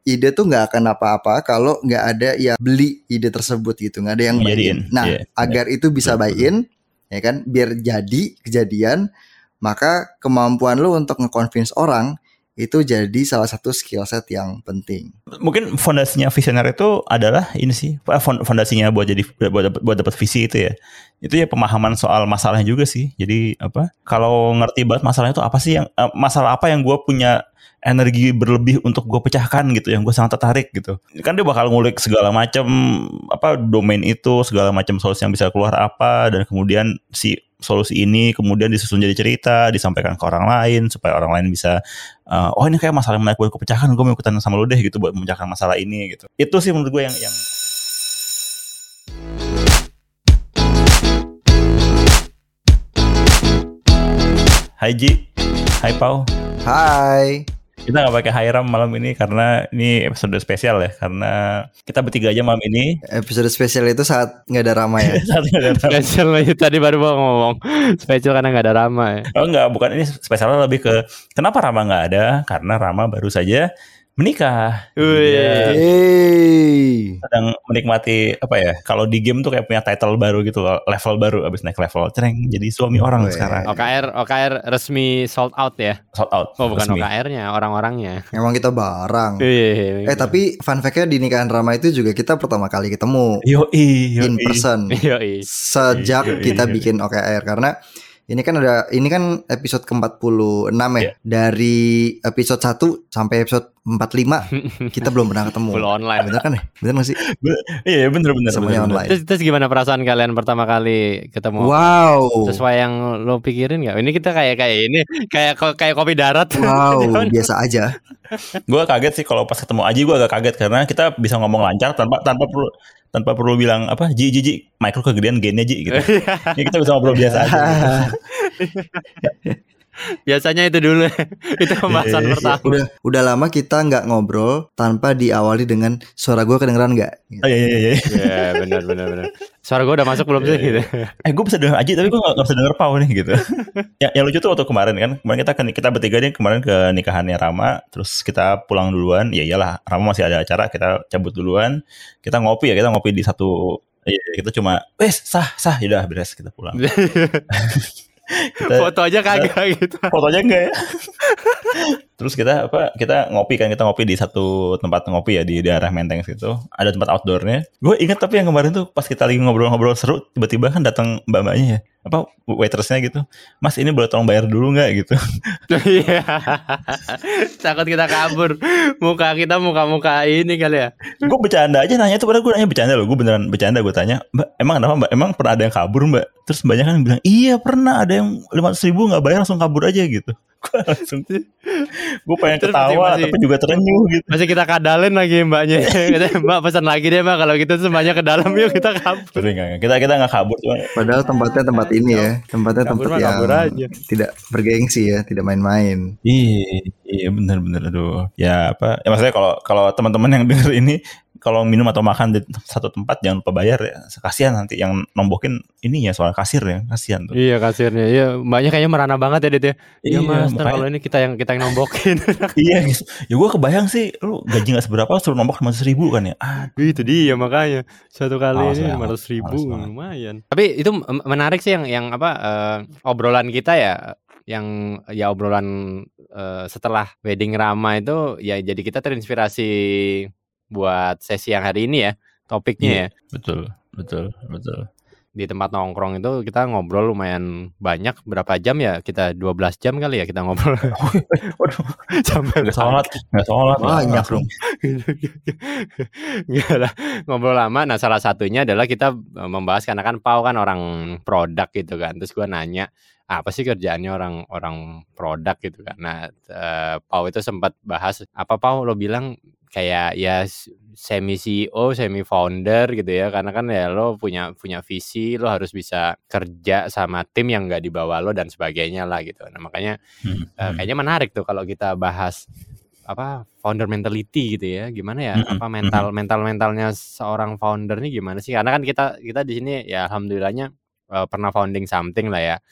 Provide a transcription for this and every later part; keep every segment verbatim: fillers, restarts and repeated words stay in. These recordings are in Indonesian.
ide tuh nggak akan apa-apa kalau nggak ada yang beli ide tersebut gitu, nggak ada yang buy-in. Nah, yeah, agar yeah. itu bisa buy-in, ya kan, biar jadi kejadian, maka kemampuan lo untuk nge-convince orang itu jadi salah satu skill set yang penting. Mungkin fondasinya visioner itu adalah ini sih, fondasinya buat jadi buat buat dapat visi itu ya. Itu ya pemahaman soal masalahnya juga sih. Jadi apa? Kalau ngerti banget masalahnya itu apa sih yang masalah apa yang gue punya energi berlebih untuk gue pecahkan gitu, yang gue sangat tertarik gitu. Kan dia bakal ngulik segala macam apa domain itu, segala macam solusi yang bisa keluar apa, dan kemudian si solusi ini kemudian disusun jadi cerita, disampaikan ke orang lain supaya orang lain bisa uh, oh ini kayak masalah yang menarik buat gue pecahkan, gue mau ikutan sama lu deh gitu buat memecahkan masalah ini gitu. Itu sih menurut gue yang yang Hai Ji, hai Pau. Hai. Kita gak pakai Hiram malam ini karena ini episode spesial ya. Karena kita bertiga aja malam ini. Episode spesial itu saat gak ada Rama ya. Saat gak ada Rama. Spesial aja tadi baru mau ngomong. Spesial karena gak ada Rama ya. Oh enggak, bukan, ini spesialnya lebih ke kenapa Rama gak ada. Karena Rama baru saja menikah. Dia sedang menikmati apa ya, kalau di game tuh kayak punya title baru gitu, level baru, abis naik level cereng jadi suami orang. Wee. Sekarang O K R O K R resmi sold out ya. Sold out. Oh bukan resmi. O K R-nya, orang-orangnya. Emang kita barang. Iya, eh tapi fun fact-nya di nikahan Rama itu juga kita pertama kali ketemu. Yoi, in person. Yoi. Sejak yoi, kita yoi. bikin O K R, karena ini kan ada, ini kan episode ke empat puluh enam ya. Yeah. Dari episode satu sampai episode empat puluh lima kita belum pernah ketemu. Full online. Bener kan ya? Bener gak sih? Iya bener-bener. Semuanya bener, online. Terus, terus gimana perasaan kalian pertama kali ketemu? Wow. Sesuai yang lo pikirin gak? Ini kita kayak kayak ini kayak kayak kopi darat. Wow. Biasa aja. Gue kaget sih kalau pas ketemu Aji, gue agak kaget karena kita bisa ngomong lancar tanpa tanpa perlu tanpa perlu bilang apa Ji Ji Ji micro kegedean gainnya Ji gitu. Ini kita bisa ngobrol biasa aja. Gitu. Biasanya itu dulu. Itu pembahasan yeah, pertama. Udah udah lama kita nggak ngobrol tanpa diawali dengan suara gue kedengeran nggak? Gitu. Oh iya iya iya. Iya benar benar benar. Suara gue udah masuk belum sih gitu? Eh gue bisa denger Aji tapi gue nggak bisa denger Pau nih gitu. yang, yang lucu tuh waktu kemarin kan, kemarin kita kita bertiga nih kemarin ke nikahannya Rama, terus kita pulang duluan. Ya iyalah, Rama masih ada acara, kita cabut duluan. Kita ngopi ya, kita ngopi di satu. Iya kita cuma, wes sah sah, udah beres kita pulang. Kita, foto aja kagak gitu. Fotonya enggak ya. Terus kita apa? Kita ngopi kan, kita ngopi di satu tempat ngopi ya di daerah Menteng situ. Ada tempat outdoornya. Gue ingat tapi yang kemarin tuh pas kita lagi ngobrol-ngobrol seru, tiba-tiba kan datang mbak-mbaknya ya. Apa waitersnya gitu. Mas ini boleh tolong bayar dulu nggak gitu? Iya. Takut kita kabur. Muka kita muka-muka ini kali ya. Gue bercanda aja nanya tuh, padahal gue nanya bercanda loh. Gue beneran bercanda, gue tanya, Mbak emang kenapa Mbak? Emang pernah ada yang kabur Mbak? Terus banyak kan bilang, iya pernah ada yang lima ratus ribu nggak bayar langsung kabur aja gitu. Gue langsung, gue pengen terus ketawa masih, tapi juga terenyuh gitu. Masih kita kadalin lagi mbaknya. Mbak pesan lagi deh Mbak, kalau gitu tuh mbaknya ke dalam yuk kita kabur. Tapi enggak, kita kita nggak kabur cuma. Padahal tempatnya tempat ini ya, tempatnya kabur tempat yang aja. Tidak bergengsi ya, tidak main-main. Iya, iya benar-benar aduh. Ya apa? Ya maksudnya kalau kalau teman-teman yang denger ini, kalau minum atau makan di satu tempat jangan lupa bayar ya. Kasihan nanti yang nombokin ini ya, soal kasir ya, kasihan tuh. Iya kasirnya, iya mbaknya kayaknya merana banget ya Dit ya. Iya mas, makanya... kalau ini kita yang kita yang nombokin. Iya, gitu. Ya gue kebayang sih, lu gaji nggak seberapa suruh nombok lima ratus ribu kan ya. Aduh. Itu dia makanya satu kali oh, ini lima ratus ribu lumayan. Tapi itu menarik sih yang yang apa uh, obrolan kita ya. Yang ya obrolan uh, setelah wedding Rama itu ya jadi kita terinspirasi buat sesi yang hari ini ya, topiknya yeah, ya. Betul, betul, betul. Di tempat nongkrong itu kita ngobrol lumayan banyak, berapa jam ya? Kita dua belas jam kali ya kita ngobrol. Waduh, sampai enggak sholat, enggak sholat. Banyak dong. Enggak lah, ngobrol lama. Nah, salah satunya adalah kita membahas karena kan Pau kan orang produk gitu kan. Terus gue nanya, apa sih kerjaannya orang-orang produk gitu kan. Nah, uh, Pau itu sempat bahas, apa Pau lo bilang kayak ya semi C E O, semi founder gitu ya, karena kan ya lo punya punya visi, lo harus bisa kerja sama tim yang nggak di bawah lo dan sebagainya lah gitu. Nah makanya hmm. uh, kayaknya menarik tuh kalau kita bahas apa founder mentality gitu ya, gimana ya hmm. apa mental mental mentalnya seorang founder nih gimana sih? Karena kan kita kita di sini ya alhamdulillahnya uh, pernah founding something lah ya.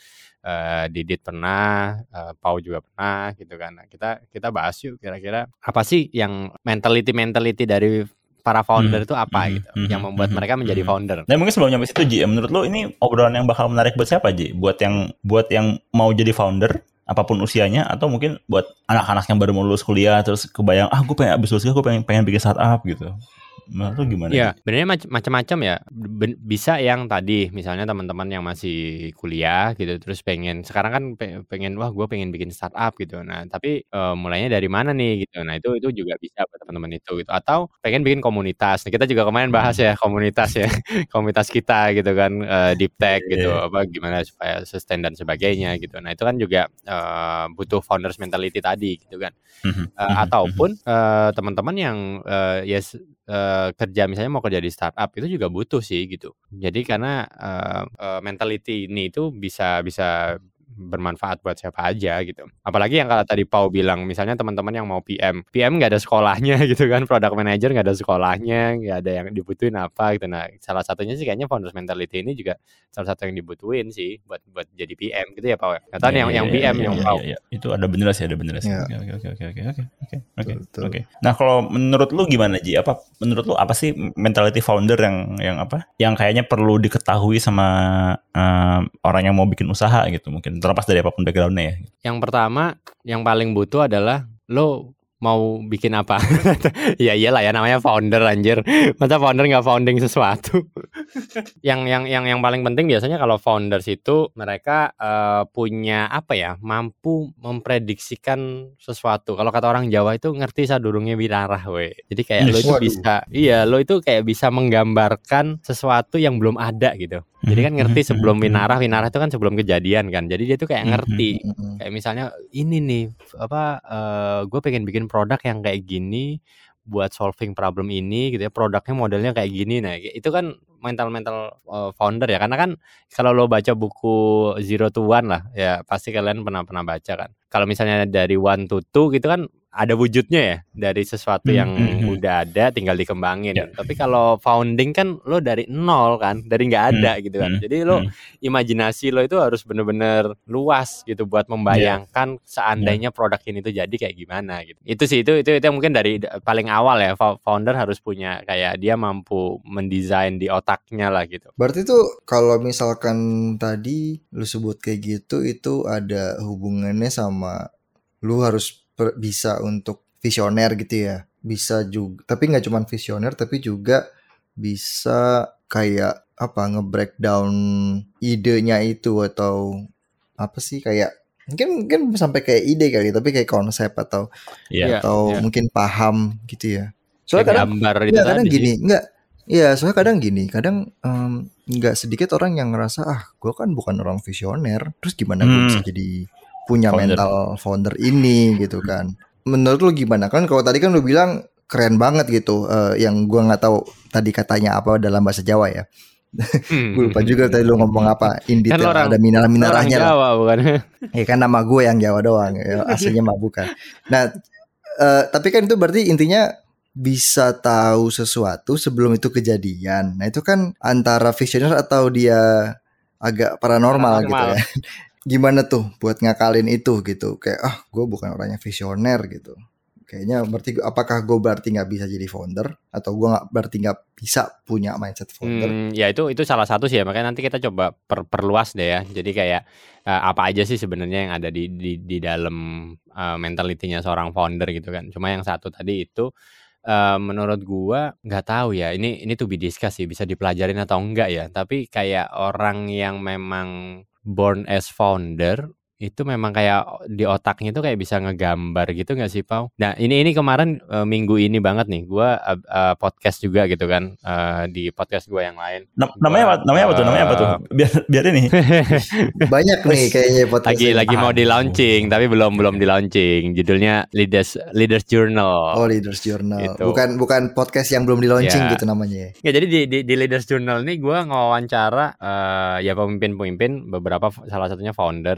uh, Didit pernah, uh, Pau juga pernah gitu kan. Nah, kita kita bahas yuk kira-kira apa sih yang mentality mentality dari para founder itu hmm, apa hmm, gitu hmm, yang membuat hmm, mereka menjadi hmm. founder. Nah mungkin sebelum nyampe situ Ji, menurut lo ini obrolan yang bakal menarik buat siapa Ji? Buat yang buat yang mau jadi founder apapun usianya, atau mungkin buat anak-anak yang baru mau lulus kuliah terus kebayang ah gue pengen abis lulus gue pengen pengen bikin startup gitu. Menurut lu gimana? Iya, sebenarnya mac- macam-macam ya. Ben- bisa yang tadi, misalnya teman-teman yang masih kuliah gitu, terus pengen sekarang kan pe- pengen wah gue pengen bikin startup gitu. Nah, tapi uh, mulainya dari mana nih gitu. Nah, itu itu juga bisa buat teman-teman itu gitu. Atau pengen bikin komunitas. Nah, kita juga kemarin bahas ya komunitas ya, komunitas kita gitu kan, uh, deep tech gitu, apa gimana supaya sustain dan sebagainya gitu. Nah, itu kan juga uh, butuh founders mentality tadi gitu kan. Uh, ataupun uh, teman-teman yang uh, ya yes, Uh, kerja misalnya mau kerja di startup itu juga butuh sih gitu. Jadi karena uh, uh, mentality ini itu bisa bisa bermanfaat buat siapa aja gitu. Apalagi yang kalau tadi Pau bilang misalnya teman-teman yang mau P M, P M nggak ada sekolahnya gitu kan, product manager nggak ada sekolahnya, nggak ada yang dibutuhin apa gitu. Nah salah satunya sih kayaknya founders mentality ini juga salah satu yang dibutuhin sih buat buat jadi P M gitu ya Pau. Kata ya, yang ya, yang ya, P M ya, yang ya, Pau. ya, ya. Itu ada bener sih, ada bener sih. Ya. Oke oke oke oke oke oke oke oke. Nah kalau menurut lu gimana Ji? Apa menurut lu apa sih mentality founder yang yang apa? Yang kayaknya perlu diketahui sama um, orang yang mau bikin usaha gitu, mungkin terlepas dari apapun background. Ya. Yang pertama, yang paling butuh adalah lo mau bikin apa? Ya iyalah ya namanya founder anjir. Masa founder nggak founding sesuatu? yang yang yang yang paling penting biasanya kalau founders itu mereka uh, punya apa ya? Mampu memprediksikan sesuatu. Kalau kata orang Jawa itu ngerti sadurunge winarah we. Jadi kayak lo itu Waduh. bisa, iya lo itu kayak bisa menggambarkan sesuatu yang belum ada gitu. Jadi kan ngerti sebelum winarah, winarah itu kan sebelum kejadian kan. Jadi dia tuh kayak ngerti. Kayak misalnya ini nih apa uh, gue pengen bikin produk yang kayak gini buat solving problem ini gitu ya. Produknya modelnya kayak gini. Nah, itu kan mental-mental uh, founder ya. Karena kan kalau lo baca buku Zero to One lah ya pasti kalian pernah pernah baca kan. Kalau misalnya dari one to two gitu kan ada wujudnya ya dari sesuatu yang mm-hmm. udah ada tinggal dikembangin. Yeah. Tapi kalau founding kan lo dari nol kan, dari nggak ada mm-hmm. gitu kan. Jadi lo mm-hmm. imajinasi lo itu harus bener-bener luas gitu buat membayangkan yeah. seandainya yeah. produk ini tuh jadi kayak gimana gitu. Itu sih itu itu itu mungkin dari paling awal ya founder harus punya kayak dia mampu mendesain di otaknya lah gitu. Berarti tuh kalau misalkan tadi lu sebut kayak gitu itu ada hubungannya sama lu harus bisa untuk visioner gitu ya, bisa juga, tapi nggak cuma visioner tapi juga bisa kayak apa nge-breakdown idenya itu atau apa sih kayak mungkin mungkin sampai kayak ide kali tapi kayak konsep atau yeah, atau yeah. mungkin paham gitu ya. Soalnya kadang ya, kadang gini nggak, iya soalnya kadang gini kadang nggak um, sedikit orang yang ngerasa ah gue kan bukan orang visioner, terus gimana hmm. gue bisa jadi punya founder. Mental founder ini gitu kan. Menurut lu gimana? Kan kalau tadi kan lu bilang keren banget gitu, uh, yang gua nggak tahu tadi katanya apa dalam bahasa Jawa ya. Hmm. Gue lupa juga tadi lu ngomong apa in detail kan orang, ada mineral-mineralnya lah. Jawa bukan? Ya kan nama gue yang Jawa doang, ya, aslinya mah bukan. Nah, uh, tapi kan itu berarti intinya bisa tahu sesuatu sebelum itu kejadian. Nah itu kan antara visioner atau dia agak paranormal, paranormal. gitu ya. Gimana tuh buat ngakalin itu gitu, kayak ah gue bukan orangnya visioner gitu, kayaknya berarti apakah gue berarti nggak bisa jadi founder atau gue nggak berarti nggak bisa punya mindset founder? Hmm, ya itu itu salah satu sih ya, makanya nanti kita coba per, perluas deh ya. Jadi kayak uh, apa aja sih sebenarnya yang ada di di di dalam uh, mentalitinya seorang founder gitu kan. Cuma yang satu tadi itu Uh, menurut gua nggak tahu ya, ini ini tuh be discuss sih, bisa dipelajarin atau enggak ya. Tapi kayak orang yang memang born as founder itu memang kayak di otaknya tuh kayak bisa ngegambar gitu nggak sih Pau? Nah ini ini kemarin uh, minggu ini banget nih gue uh, uh, podcast juga gitu kan, uh, di podcast gue yang lain. Nam- namanya apa? Namanya apa tuh? Namanya apa tuh? Biar biar ini. Banyak nih kayaknya podcast. Lagi lagi mau di launching tapi belum belum di launching. Judulnya Leaders Leaders Journal. Oh Leaders Journal. Gitu. Bukan bukan podcast yang belum di launching ya. Gitu namanya. Ya jadi di di, di Leaders Journal nih gue ngewawancara uh, ya pemimpin-pemimpin beberapa, salah satunya founder gitu ya.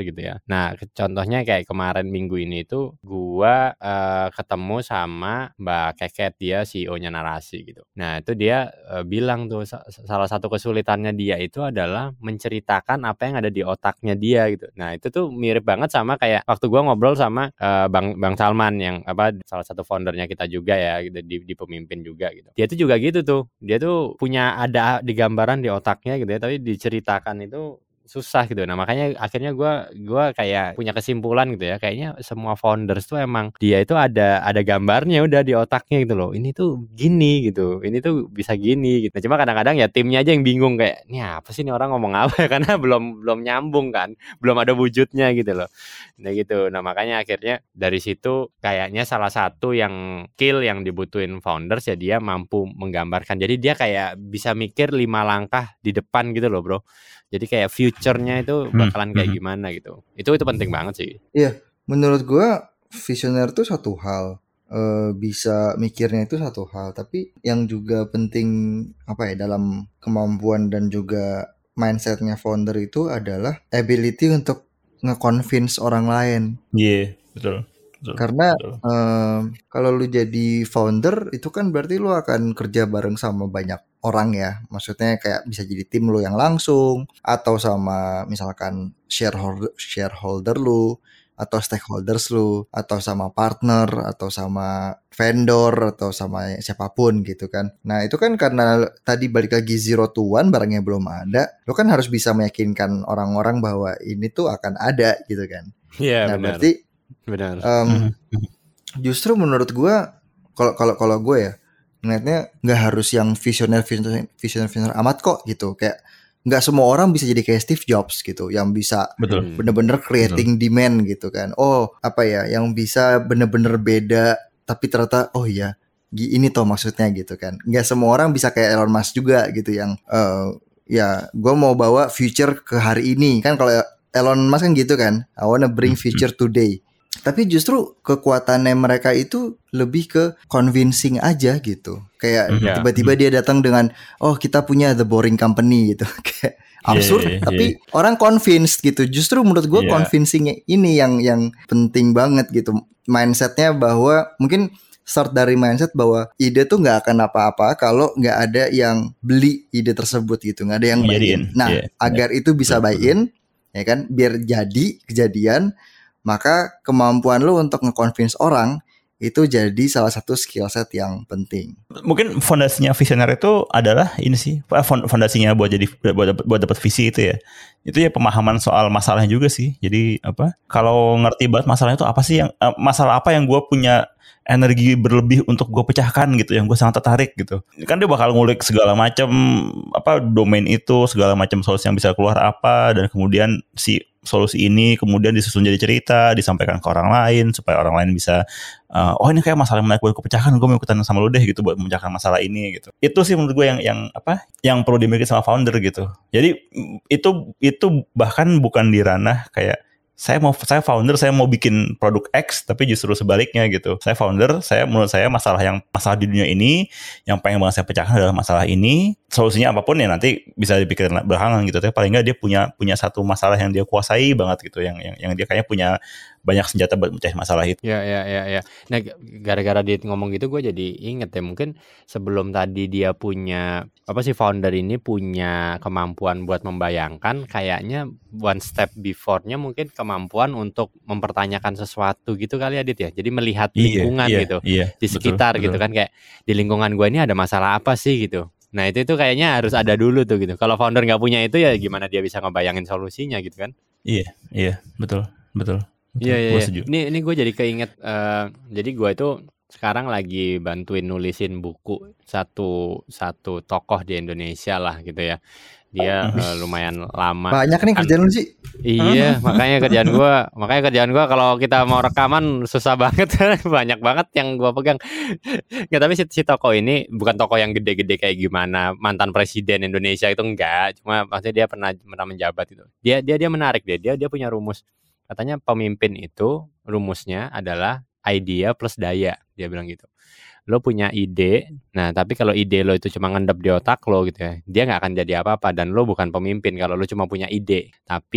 Nah, contohnya kayak kemarin minggu ini itu gua uh, ketemu sama Mbak Keket, dia C E O-nya Narasi gitu. Nah, itu dia uh, bilang tuh salah satu kesulitannya dia itu adalah menceritakan apa yang ada di otaknya dia gitu. Nah, itu tuh mirip banget sama kayak waktu gua ngobrol sama uh, Bang Bang Salman yang apa salah satu foundernya kita juga ya gitu, di, di pemimpin juga gitu. Dia tuh juga gitu tuh. Dia tuh punya ada di gambaran di otaknya gitu ya, tapi diceritakan itu susah gitu. Nah makanya akhirnya gue gua kayak punya kesimpulan gitu ya, kayaknya semua founders tuh emang dia itu ada ada gambarnya udah di otaknya gitu loh, ini tuh gini gitu, ini tuh bisa gini gitu. Nah, cuma kadang-kadang ya timnya aja yang bingung kayak ini apa sih ini orang ngomong apa, karena belum belum nyambung kan, belum ada wujudnya gitu loh. Nah gitu. Nah makanya akhirnya dari situ kayaknya salah satu yang skill yang dibutuhin founders ya dia mampu menggambarkan. Jadi dia kayak bisa mikir lima langkah di depan gitu loh bro. Jadi kayak future-nya itu bakalan kayak gimana gitu. Itu itu penting banget sih. Iya, menurut gua visioner tuh satu hal, e, bisa mikirnya itu satu hal, tapi yang juga penting apa ya dalam kemampuan dan juga mindsetnya founder itu adalah ability untuk nge-convince orang lain. Iya, yeah, betul. Betul, Karena betul. Um, kalau lu jadi founder itu kan berarti lu akan kerja bareng sama banyak orang ya. Maksudnya kayak bisa jadi tim lu yang langsung atau sama misalkan shareholder shareholder lu atau stakeholders lu atau sama partner atau sama vendor atau sama siapapun gitu kan. Nah itu kan karena tadi balik lagi zero to one, barangnya belum ada, lu kan harus bisa meyakinkan orang-orang bahwa ini tuh akan ada gitu kan. Iya, nah benar. berarti Benar. Um, justru menurut gue, kalau kalau kalau gue ya ngeliatnya nggak harus yang visioner visioner visioner visioner amat kok gitu. Kayak nggak semua orang bisa jadi kayak Steve Jobs gitu, yang bisa Betul. bener-bener creating Betul. demand gitu kan. Oh apa ya, yang bisa bener-bener beda, tapi ternyata oh iya ini toh maksudnya gitu kan. Nggak semua orang bisa kayak Elon Musk juga gitu, yang uh, ya gue mau bawa future ke hari ini kan. Kalau Elon Musk kan gitu kan, I wanna bring future today. Tapi justru kekuatannya mereka itu lebih ke convincing aja gitu. Kayak yeah. tiba-tiba dia datang dengan, oh kita punya The Boring Company gitu. Kayak absurd, yeah, yeah, tapi yeah. orang convinced gitu. Justru menurut gue yeah. convincing ini yang yang penting banget gitu. Mindsetnya bahwa mungkin start dari mindset bahwa ide tuh nggak akan apa-apa kalau nggak ada yang beli ide tersebut gitu. Nggak ada yang buy-in. Nah yeah, agar yeah. itu bisa buy-in, ya kan, biar jadi kejadian, maka kemampuan lo untuk nge-convince orang itu jadi salah satu skill set yang penting. Mungkin fondasinya visioner itu adalah ini sih, fondasinya buat jadi buat buat dapat visi itu ya. Itu ya pemahaman soal masalahnya juga sih. Jadi apa? Kalau ngerti banget masalahnya itu apa sih, yang masalah apa yang gue punya energi berlebih untuk gue pecahkan gitu, yang gue sangat tertarik gitu. Kan dia bakal ngulik segala macam apa domain itu, segala macam solusi yang bisa keluar apa, dan kemudian si solusi ini kemudian disusun jadi cerita, disampaikan ke orang lain supaya orang lain bisa uh, oh ini kayak masalah yang menarik buat gue pecahkan, gue mau ikutan sama lu deh gitu buat memecahkan masalah ini gitu. Itu sih menurut gue yang yang apa yang perlu dimiliki sama founder gitu. Jadi itu itu bahkan bukan di ranah kayak saya mau saya founder saya mau bikin produk X, tapi justru sebaliknya gitu. Saya founder, saya menurut saya masalah yang masalah di dunia ini yang pengen banget saya pecahkan adalah masalah ini. Solusinya apapun ya nanti bisa dipikirkan belakangan gitu. Tapi paling nggak dia punya punya satu masalah yang dia kuasai banget gitu, yang yang yang dia kayaknya punya banyak senjata buat mecahin masalah itu. Ya ya ya ya. Nah gara-gara dia ngomong gitu gue jadi inget ya, mungkin sebelum tadi dia punya apa sih, founder ini punya kemampuan buat membayangkan, kayaknya one step before-nya mungkin kemampuan untuk mempertanyakan sesuatu gitu kali Adit ya. Jadi melihat lingkungan iya, gitu iya, di sekitar betul, gitu betul. Kan kayak di lingkungan gue ini ada masalah apa sih gitu. Nah itu itu kayaknya harus ada dulu tuh gitu. Kalau founder nggak punya itu ya gimana dia bisa ngebayangin solusinya gitu kan? Iya iya betul betul. Iya iya. iya. Ini ini gue jadi keinget. Uh, jadi gue itu sekarang lagi bantuin nulisin buku satu satu tokoh di Indonesia lah gitu ya. Dia uh, lumayan lama. Banyak nih kerjaan lu sih. Iya, makanya kerjaan gue, makanya kerjaan gue kalau kita mau rekaman susah banget, banyak banget yang gue pegang. Nggak, tapi si, si tokoh ini bukan tokoh yang gede-gede kayak gimana mantan presiden Indonesia itu, enggak. Cuma maksudnya dia pernah pernah menjabat itu. Dia dia dia menarik deh. Dia dia punya rumus. Katanya pemimpin itu rumusnya adalah idea plus daya. Dia bilang gitu. Lo punya ide, nah tapi kalau ide lo itu cuma ngendap di otak lo gitu ya, dia nggak akan jadi apa-apa, dan lo bukan pemimpin kalau lo cuma punya ide. Tapi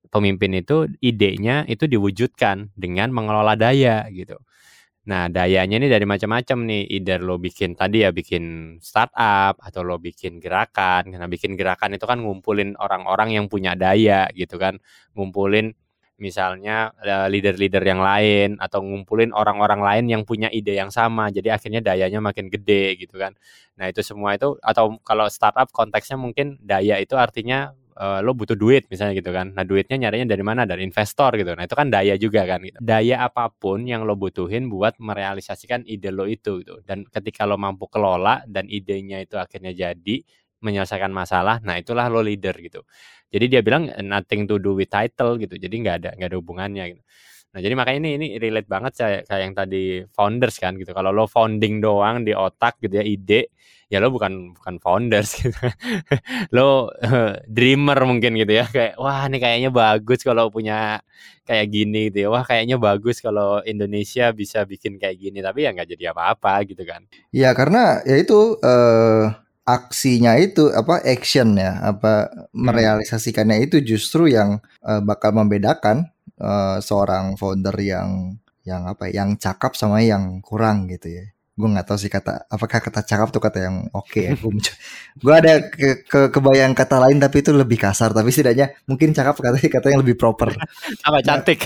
pemimpin itu idenya itu diwujudkan dengan mengelola daya gitu. Nah, dayanya ini dari macam-macam nih. Either lo bikin tadi ya bikin startup atau lo bikin gerakan. Karena bikin gerakan itu kan ngumpulin orang-orang yang punya daya gitu kan. Ngumpulin misalnya leader-leader yang lain atau ngumpulin orang-orang lain yang punya ide yang sama. Jadi akhirnya dayanya makin gede gitu kan. Nah, itu semua itu atau kalau startup konteksnya mungkin daya itu artinya Uh, lo butuh duit misalnya gitu kan. Nah, duitnya nyarinya dari mana? Dari investor gitu. Nah, itu kan daya juga kan gitu. Daya apapun yang lo butuhin buat merealisasikan ide lo itu gitu. Dan ketika lo mampu kelola dan idenya itu akhirnya jadi menyelesaikan masalah, nah itulah lo leader gitu. Jadi dia bilang nothing to do with title gitu. Jadi nggak ada nggak ada hubungannya gitu. Nah, jadi makanya ini ini relate banget kayak kayak yang tadi founders kan gitu. Kalau lo founding doang di otak gitu ya, ide, ya lo bukan bukan founders gitu. Lo uh, dreamer mungkin gitu ya, kayak wah ini kayaknya bagus kalau punya kayak gini gitu ya. Wah, kayaknya bagus kalau Indonesia bisa bikin kayak gini, tapi ya nggak jadi apa-apa gitu kan. Ya karena ya itu uh, aksinya itu apa action ya, apa merealisasikannya itu justru yang uh, bakal membedakan Uh, seorang founder yang yang apa yang cakap sama yang kurang gitu ya. Gue nggak tahu sih kata apakah kata cakap tuh kata yang oke okay ya. Gue ada ke, ke kebayang kata lain tapi itu lebih kasar, tapi setidaknya mungkin cakap kata kata yang lebih proper. Apa cantik?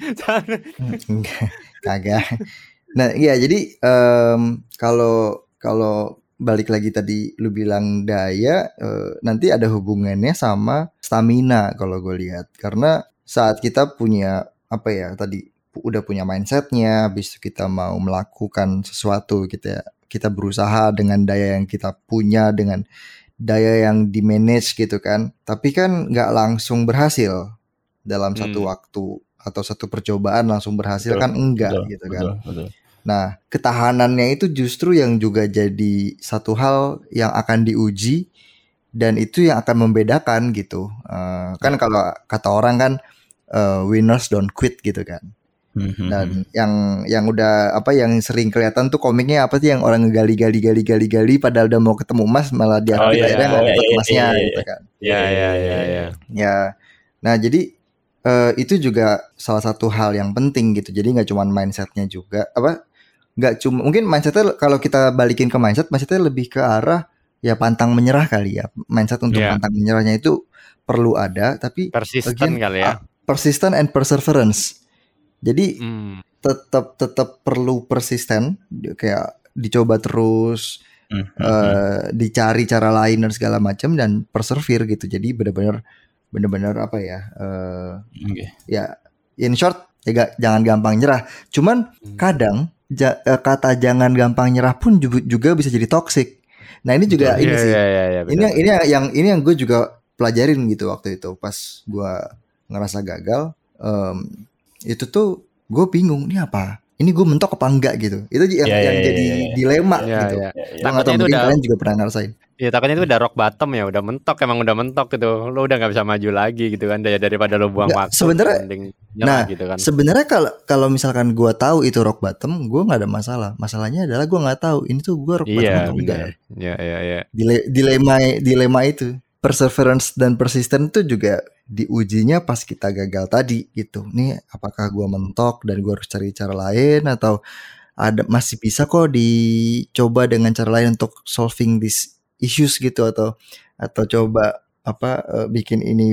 Enggak, kagak. Nah iya jadi um, kalau kalau balik lagi tadi lu bilang daya, uh, nanti ada hubungannya sama stamina kalau gue lihat, karena saat kita punya apa ya tadi udah punya mindsetnya, habis itu kita mau melakukan sesuatu, kita kita berusaha dengan daya yang kita punya, dengan daya yang di manage gitu kan, tapi kan nggak langsung berhasil dalam hmm. satu waktu atau satu percobaan langsung berhasil, betul, kan enggak betul, gitu kan. Betul, betul. Nah, ketahanannya itu justru yang juga jadi satu hal yang akan diuji dan itu yang akan membedakan gitu. Uh, kan kalau kata orang kan Uh, winners don't quit gitu kan. Mm-hmm. Dan yang yang udah apa yang sering kelihatan tuh komiknya apa sih yang orang ngegali-gali gali-gali gali padahal udah mau ketemu emas malah dia oh, akhirnya nggak dapat emasnya gitu kan. Ya ya ya ya. Ya. Nah, jadi uh, itu juga salah satu hal yang penting gitu. Jadi nggak cuma mindsetnya juga apa nggak cuma mungkin mindsetnya kalau kita balikin ke mindset mindsetnya lebih ke arah ya pantang menyerah kali ya. Mindset untuk yeah. pantang menyerahnya itu perlu ada, tapi persisten kali ya. Persistent and perseverance. Jadi hmm. tetap tetap perlu persisten, kayak dicoba terus, hmm. uh, dicari cara lain dan segala macam dan persevere gitu. Jadi benar-benar benar-benar apa ya? Uh, okay. Ya, in short, ya gak, jangan gampang nyerah. Cuman hmm. kadang ja, uh, kata jangan gampang nyerah pun juga, juga bisa jadi toxic. Nah ini juga Betul. ini yeah, sih. Yeah, yeah, yeah, ini yang ini yang ini yang gue juga pelajarin gitu waktu itu pas gue ngerasa gagal, um, itu tuh gue bingung ini apa, ini gue mentok apa enggak gitu, itu yang, yeah, yang yeah, jadi yeah, yeah. dilema yeah, gitu. Yeah, yeah. Gue nggak tahu mungkin udah, kalian juga pernah ngerasain. Iya takutnya itu udah rock bottom ya, udah mentok emang udah mentok gitu, lo udah nggak bisa maju lagi gitu kan, daripada lo buang nggak, waktu. Sebenarnya, nah gitu kan. Sebenarnya kalau kalau misalkan gue tahu itu rock bottom, gue nggak ada masalah. Masalahnya adalah gue nggak tahu ini tuh gue rock bottom yeah, atau enggak. Iya iya iya. Dilema dilema itu. Perseverance dan persisten itu juga diujinya pas kita gagal tadi gitu. Nih apakah gue mentok dan gue harus cari cara lain atau ada masih bisa kok dicoba dengan cara lain untuk solving these issues gitu, atau atau coba apa uh, bikin ini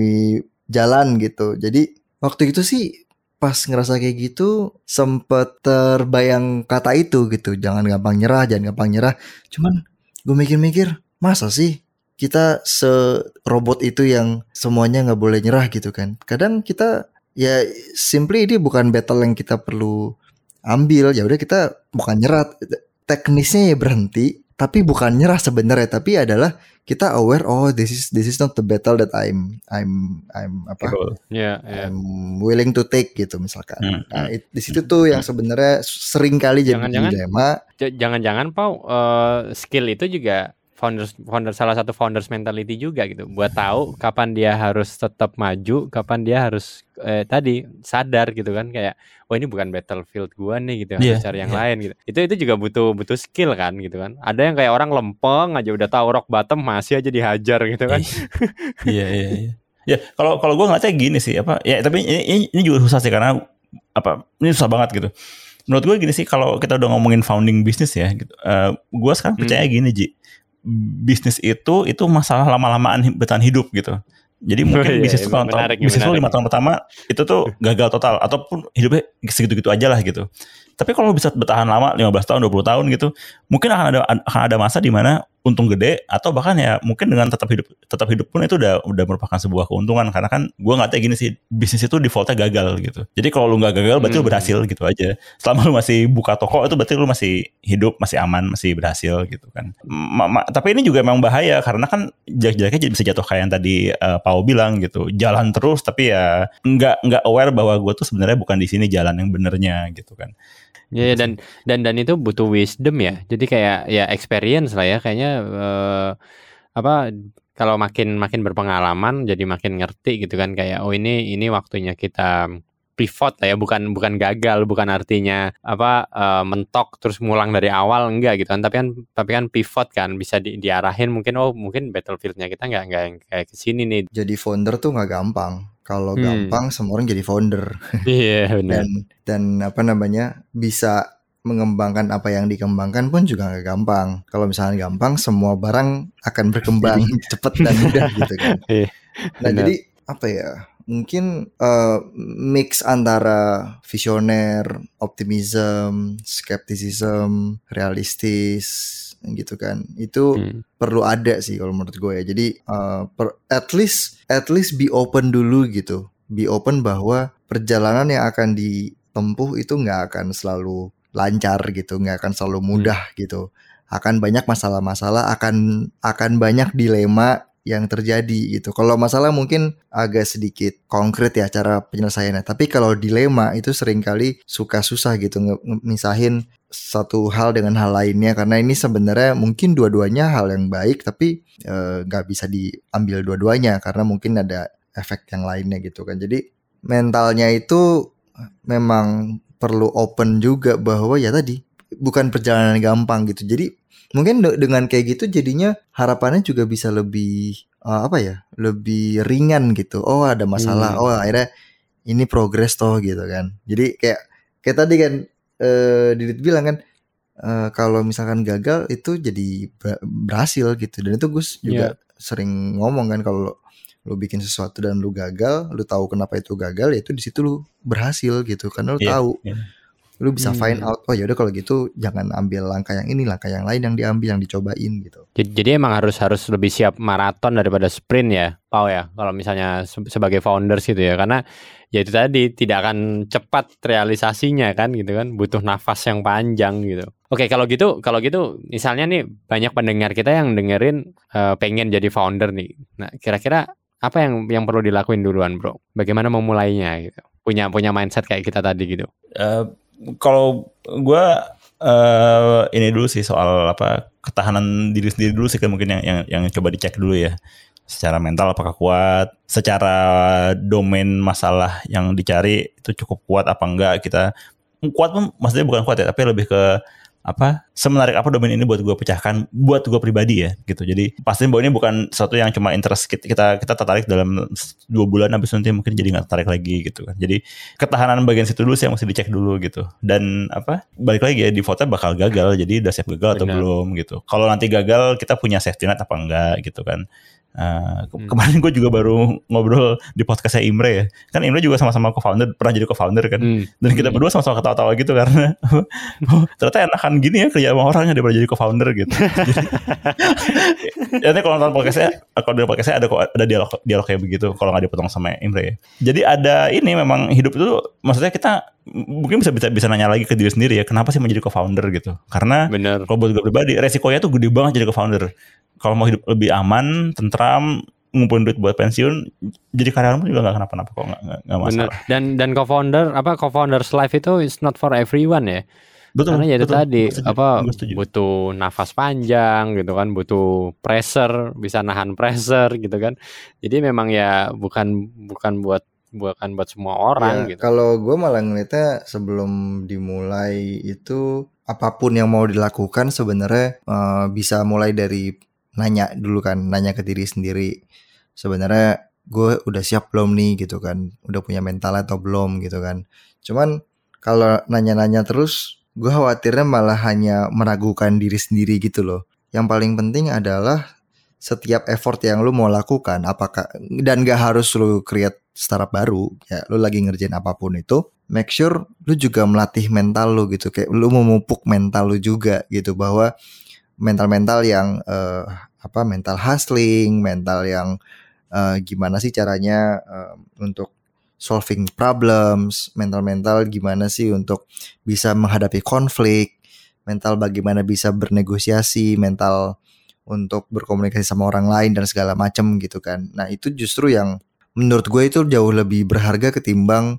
jalan gitu. Jadi waktu itu sih pas ngerasa kayak gitu sempet terbayang kata itu gitu, jangan gampang nyerah, jangan gampang nyerah. Cuman gue mikir-mikir, masa sih kita serobot itu yang semuanya nggak boleh nyerah gitu kan. Kadang kita ya simply ini bukan battle yang kita perlu ambil, ya udah kita bukan nyerah, teknisnya ya berhenti, tapi bukan nyerah sebenarnya, tapi adalah kita aware, oh this is this is not the battle that I'm I'm I'm apa yeah, yeah. I'm willing to take gitu misalkan. Hmm, nah it, di situ tuh yang sebenarnya sering kali jadi dilema. Jangan-jangan Pau, uh, skill itu juga founders founder salah satu founders mentality juga gitu, buat tahu kapan dia harus tetap maju, kapan dia harus eh, tadi sadar gitu kan, kayak oh ini bukan battlefield gua nih gitu, harus yeah, cari yang yeah. lain gitu. Itu itu juga butuh butuh skill kan gitu kan. Ada yang kayak orang lempeng aja udah tahu rock bottom masih aja dihajar gitu kan. Iya iya iya. Ya kalau kalau gue ngeliatnya gini sih apa ya, tapi ini, ini juga susah sih karena apa ini susah banget gitu. Menurut gue gini sih, kalau kita udah ngomongin founding bisnis ya, gitu, uh, gue sekarang percaya hmm. gini Ji, bisnis itu itu masalah lama-lamaan bertahan hidup gitu. Jadi mungkin oh, iya, bisnis itu iya, tahun, bisnis lo lima tahun pertama itu tuh gagal total ataupun hidupnya segitu-gitu aja lah gitu. Tapi kalau bisa bertahan lama lima belas tahun, dua puluh tahun gitu, mungkin akan ada akan ada masa di mana untung gede atau bahkan ya mungkin dengan tetap hidup tetap hidup pun itu udah udah merupakan sebuah keuntungan, karena kan gue nggak tahu gini sih, bisnis itu defaultnya gagal gitu. Jadi kalau lu nggak gagal berarti hmm. lu berhasil gitu aja. Selama lu masih buka toko itu berarti lu masih hidup, masih aman, masih berhasil gitu kan. Ma- ma- tapi ini juga memang bahaya karena kan jelek-jeleknya jadi bisa jatuh kayak yang tadi uh, Pau bilang gitu, jalan terus tapi ya nggak nggak aware bahwa gue tuh sebenarnya bukan di sini jalan yang benernya gitu kan. Ya yeah, dan dan dan itu butuh wisdom ya. Jadi kayak ya experience lah ya kayaknya uh, apa kalau makin makin berpengalaman jadi makin ngerti gitu kan, kayak oh ini ini waktunya kita pivot lah ya, bukan bukan gagal, bukan artinya apa uh, mentok terus ngulang dari awal, enggak gitu kan, tapi kan tapi kan pivot kan bisa di, diarahin mungkin oh mungkin battlefieldnya kita nggak nggak kayak kesini nih. Jadi founder tuh nggak gampang. Kalau hmm. gampang semua orang jadi founder. Iya benar. dan dan apa namanya bisa mengembangkan apa yang dikembangkan pun juga nggak gampang. Kalau misalnya gampang semua barang akan berkembang cepat dan mudah gitu kan. Nah benar. Jadi apa ya? Mungkin uh, mix antara visioner, optimism, skepticism, realistis gitu kan, itu hmm. perlu ada sih kalau menurut gue ya. Jadi uh, per, at least at least be open dulu gitu, be open bahwa perjalanan yang akan ditempuh itu nggak akan selalu lancar gitu, nggak akan selalu mudah hmm. gitu, akan banyak masalah-masalah, akan akan banyak dilema yang terjadi gitu. Kalau masalah mungkin agak sedikit konkret ya cara penyelesaiannya, tapi kalau dilema itu seringkali suka susah gitu misahin satu hal dengan hal lainnya, karena ini sebenarnya mungkin dua-duanya hal yang baik tapi nggak e, bisa diambil dua-duanya karena mungkin ada efek yang lainnya gitu kan. Jadi mentalnya itu memang perlu open juga bahwa ya tadi bukan perjalanan gampang gitu. Jadi mungkin dengan kayak gitu jadinya harapannya juga bisa lebih uh, apa ya, lebih ringan gitu. Oh ada masalah, hmm. oh akhirnya ini progres toh gitu kan. Jadi kayak kayak tadi kan uh, Didit bilang kan uh, kalau misalkan gagal itu jadi berhasil gitu. Dan itu Gus juga yeah. sering ngomong kan, kalau lu bikin sesuatu dan lu gagal, lu tahu kenapa itu gagal, ya itu di situ lu berhasil gitu karena lu yeah. tahu. Yeah. Lu bisa hmm. find out, oh yaudah kalau gitu jangan ambil langkah yang ini, langkah yang lain yang diambil, yang dicobain gitu. Jadi, jadi emang harus harus lebih siap maraton daripada sprint ya, Pau ya. Kalau misalnya se- sebagai founders gitu ya, karena ya itu tadi tidak akan cepat realisasinya kan gitu kan, butuh nafas yang panjang gitu. Oke kalau gitu, kalau gitu misalnya nih banyak pendengar kita yang dengerin uh, pengen jadi founder nih. Nah kira-kira apa yang yang perlu dilakuin duluan bro? Bagaimana memulainya gitu? Punya punya mindset kayak kita tadi gitu. Uh... Kalau gue uh, ini dulu sih soal apa ketahanan diri sendiri dulu sih kan, mungkin yang yang yang coba dicek dulu ya, secara mental apakah kuat, secara domain masalah yang dicari itu cukup kuat apa enggak. Kita kuat pun maksudnya bukan kuat ya, tapi lebih ke apa semenarik apa domain ini buat gue pecahkan, buat gue pribadi ya gitu. Jadi pastiin bahwa ini bukan sesuatu yang cuma interest kita kita, kita tertarik dalam dua bulan habis nanti mungkin jadi nggak tertarik lagi gitu kan. Jadi ketahanan bagian situ dulu sih yang mesti dicek dulu gitu. Dan apa balik lagi ya, defaultnya bakal gagal, jadi udah siap gagal atau Benar. belum gitu. Kalau nanti gagal kita punya safety net apa enggak gitu kan. Uh, ke- hmm. Kemarin gue juga baru ngobrol di podcastnya Imre ya. Kan Imre juga sama-sama co-founder, pernah jadi co-founder kan. Hmm. Dan kita berdua sama-sama ketawa-tawa gitu karena oh, ternyata enakan gini ya kerja sama orang daripada jadi co-founder gitu. Jadi nanti kalau nonton podcastnya, kalau di podcastnya ada ada dialog dialog kayak begitu kalau nggak dipotong sama Imre ya. Jadi ada ini memang hidup itu maksudnya kita mungkin bisa bisa bisa nanya lagi ke diri sendiri ya, kenapa sih menjadi co-founder gitu? Karena kalau buat gue pribadi resikonya tuh gede banget jadi co-founder. Kalau mau hidup lebih aman, tentram, ngumpulin duit buat pensiun, jadi karyawan pun juga nggak kenapa-napa kok, nggak nggak masalah. Bener. Dan dan co-founder apa co-founders life itu is not for everyone ya. Betul. Karena ya itu betul, tadi betul, apa betul, butuh nafas panjang gitu kan, butuh pressure, bisa nahan pressure gitu kan. Jadi memang ya bukan bukan buat bukan buat semua orang ya, gitu. Kalau gue malah ngeliatnya sebelum dimulai itu apapun yang mau dilakukan sebenarnya uh, bisa mulai dari nanya dulu kan, nanya ke diri sendiri. Sebenarnya gue udah siap belum nih gitu kan, udah punya mental atau belum gitu kan. Cuman kalau nanya-nanya terus, gue khawatirnya malah hanya meragukan diri sendiri gitu loh. Yang paling penting adalah setiap effort yang lu mau lakukan, apakah, dan gak harus lu create startup baru, ya lu lagi ngerjain apapun itu, make sure lu juga melatih mental lu gitu, kayak lu memupuk mental lu juga gitu, bahwa mental-mental yang uh, apa mental hustling, mental yang uh, gimana sih caranya uh, untuk solving problems, mental-mental gimana sih untuk bisa menghadapi konflik, mental bagaimana bisa bernegosiasi, mental untuk berkomunikasi sama orang lain dan segala macam gitu kan. Nah itu justru yang menurut gue itu jauh lebih berharga ketimbang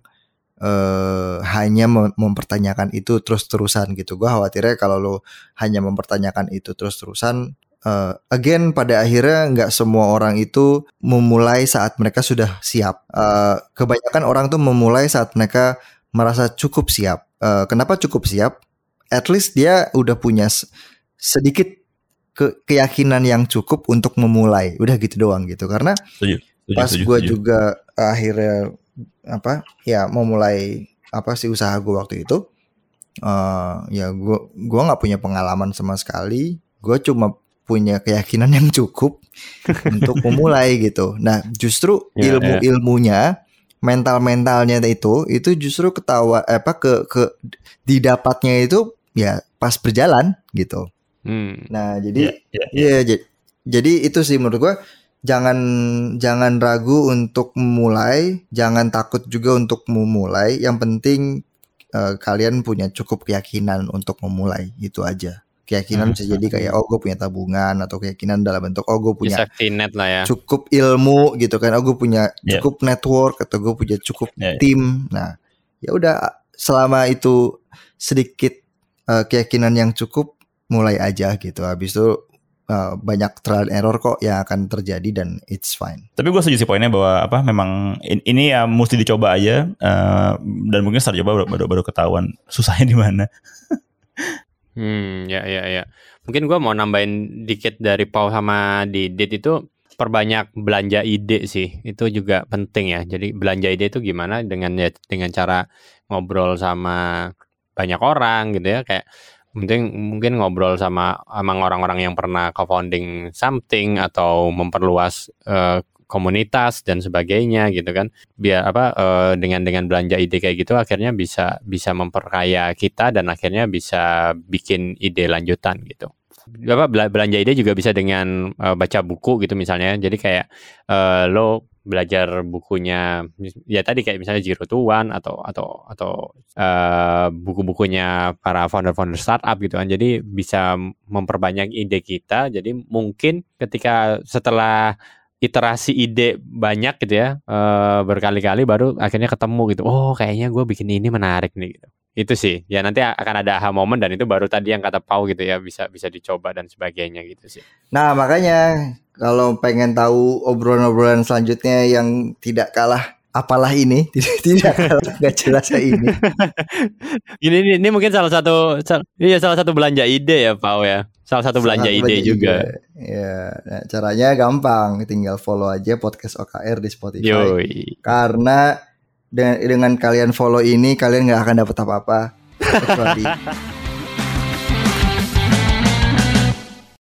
Uh, hanya mem- mempertanyakan itu terus-terusan gitu. Gue khawatirnya kalau lo hanya mempertanyakan itu terus-terusan, uh, again pada akhirnya nggak semua orang itu memulai saat mereka sudah siap. Uh, kebanyakan orang tuh memulai saat mereka merasa cukup siap. Uh, kenapa cukup siap? At least dia udah punya sedikit ke- keyakinan yang cukup untuk memulai. Udah gitu doang gitu. Karena setuju, setuju, pas gue juga akhirnya apa ya mau mulai apa sih usaha gue waktu itu, uh, ya gue gue nggak punya pengalaman sama sekali, gue cuma punya keyakinan yang cukup untuk memulai gitu. Nah justru yeah, ilmu yeah. ilmunya, mental mentalnya itu itu justru ketawa apa ke ke didapatnya itu ya pas berjalan gitu. Hmm. Nah jadi yeah, yeah, yeah. ya j- jadi itu sih menurut gue. Jangan jangan ragu untuk memulai, jangan takut juga untuk memulai. Yang penting uh, kalian punya cukup keyakinan untuk memulai, itu aja. Keyakinan hmm. bisa jadi kayak oh gue punya tabungan, atau keyakinan dalam bentuk oh gue punya safety net lah ya. Cukup ilmu gitu kan, oh gue punya cukup yeah. network, atau gue punya cukup yeah. tim. Nah ya udah, selama itu sedikit uh, keyakinan yang cukup, mulai aja gitu. Habis itu Uh, banyak trial and error kok yang akan terjadi dan it's fine. Tapi gue setuju sih poinnya bahwa apa memang in, ini ya mesti dicoba aja, uh, dan mungkin start coba baru baru ketahuan susahnya di mana. hmm ya ya ya. Mungkin gue mau nambahin dikit dari Pau sama Didit itu, perbanyak belanja ide sih, itu juga penting ya. Jadi belanja ide itu gimana dengan ya dengan cara ngobrol sama banyak orang gitu ya, kayak Mungkin mungkin ngobrol sama emang orang-orang yang pernah co-founding something atau memperluas uh, komunitas dan sebagainya gitu kan. Biar apa uh, dengan dengan belanja ide kayak gitu akhirnya bisa bisa memperkaya kita dan akhirnya bisa bikin ide lanjutan gitu. Apa belanja ide juga bisa dengan uh, baca buku gitu misalnya. Jadi kayak uh, lo belajar bukunya ya tadi kayak misalnya Zero to One atau atau atau uh, buku-bukunya para founder-founder startup gitu kan. Jadi bisa memperbanyak ide kita. Jadi mungkin ketika setelah iterasi ide banyak gitu ya, uh, berkali-kali baru akhirnya ketemu gitu. Oh kayaknya gue bikin ini menarik nih gitu. Itu sih ya, nanti akan ada aha moment dan itu baru tadi yang kata Pau gitu ya, bisa bisa dicoba dan sebagainya gitu sih. Nah makanya kalau pengen tahu obrolan-obrolan selanjutnya yang tidak kalah apalah ini, tidak kalah gak jelas ini. ini, ini ini mungkin salah satu sal, iya salah satu belanja ide ya Pau ya. Salah satu salah belanja ide juga. Ide. Ya, nah, caranya gampang, tinggal follow aja podcast O K R di Spotify. Yoi. Karena dengan dengan kalian follow ini kalian nggak akan dapat apa-apa kecuali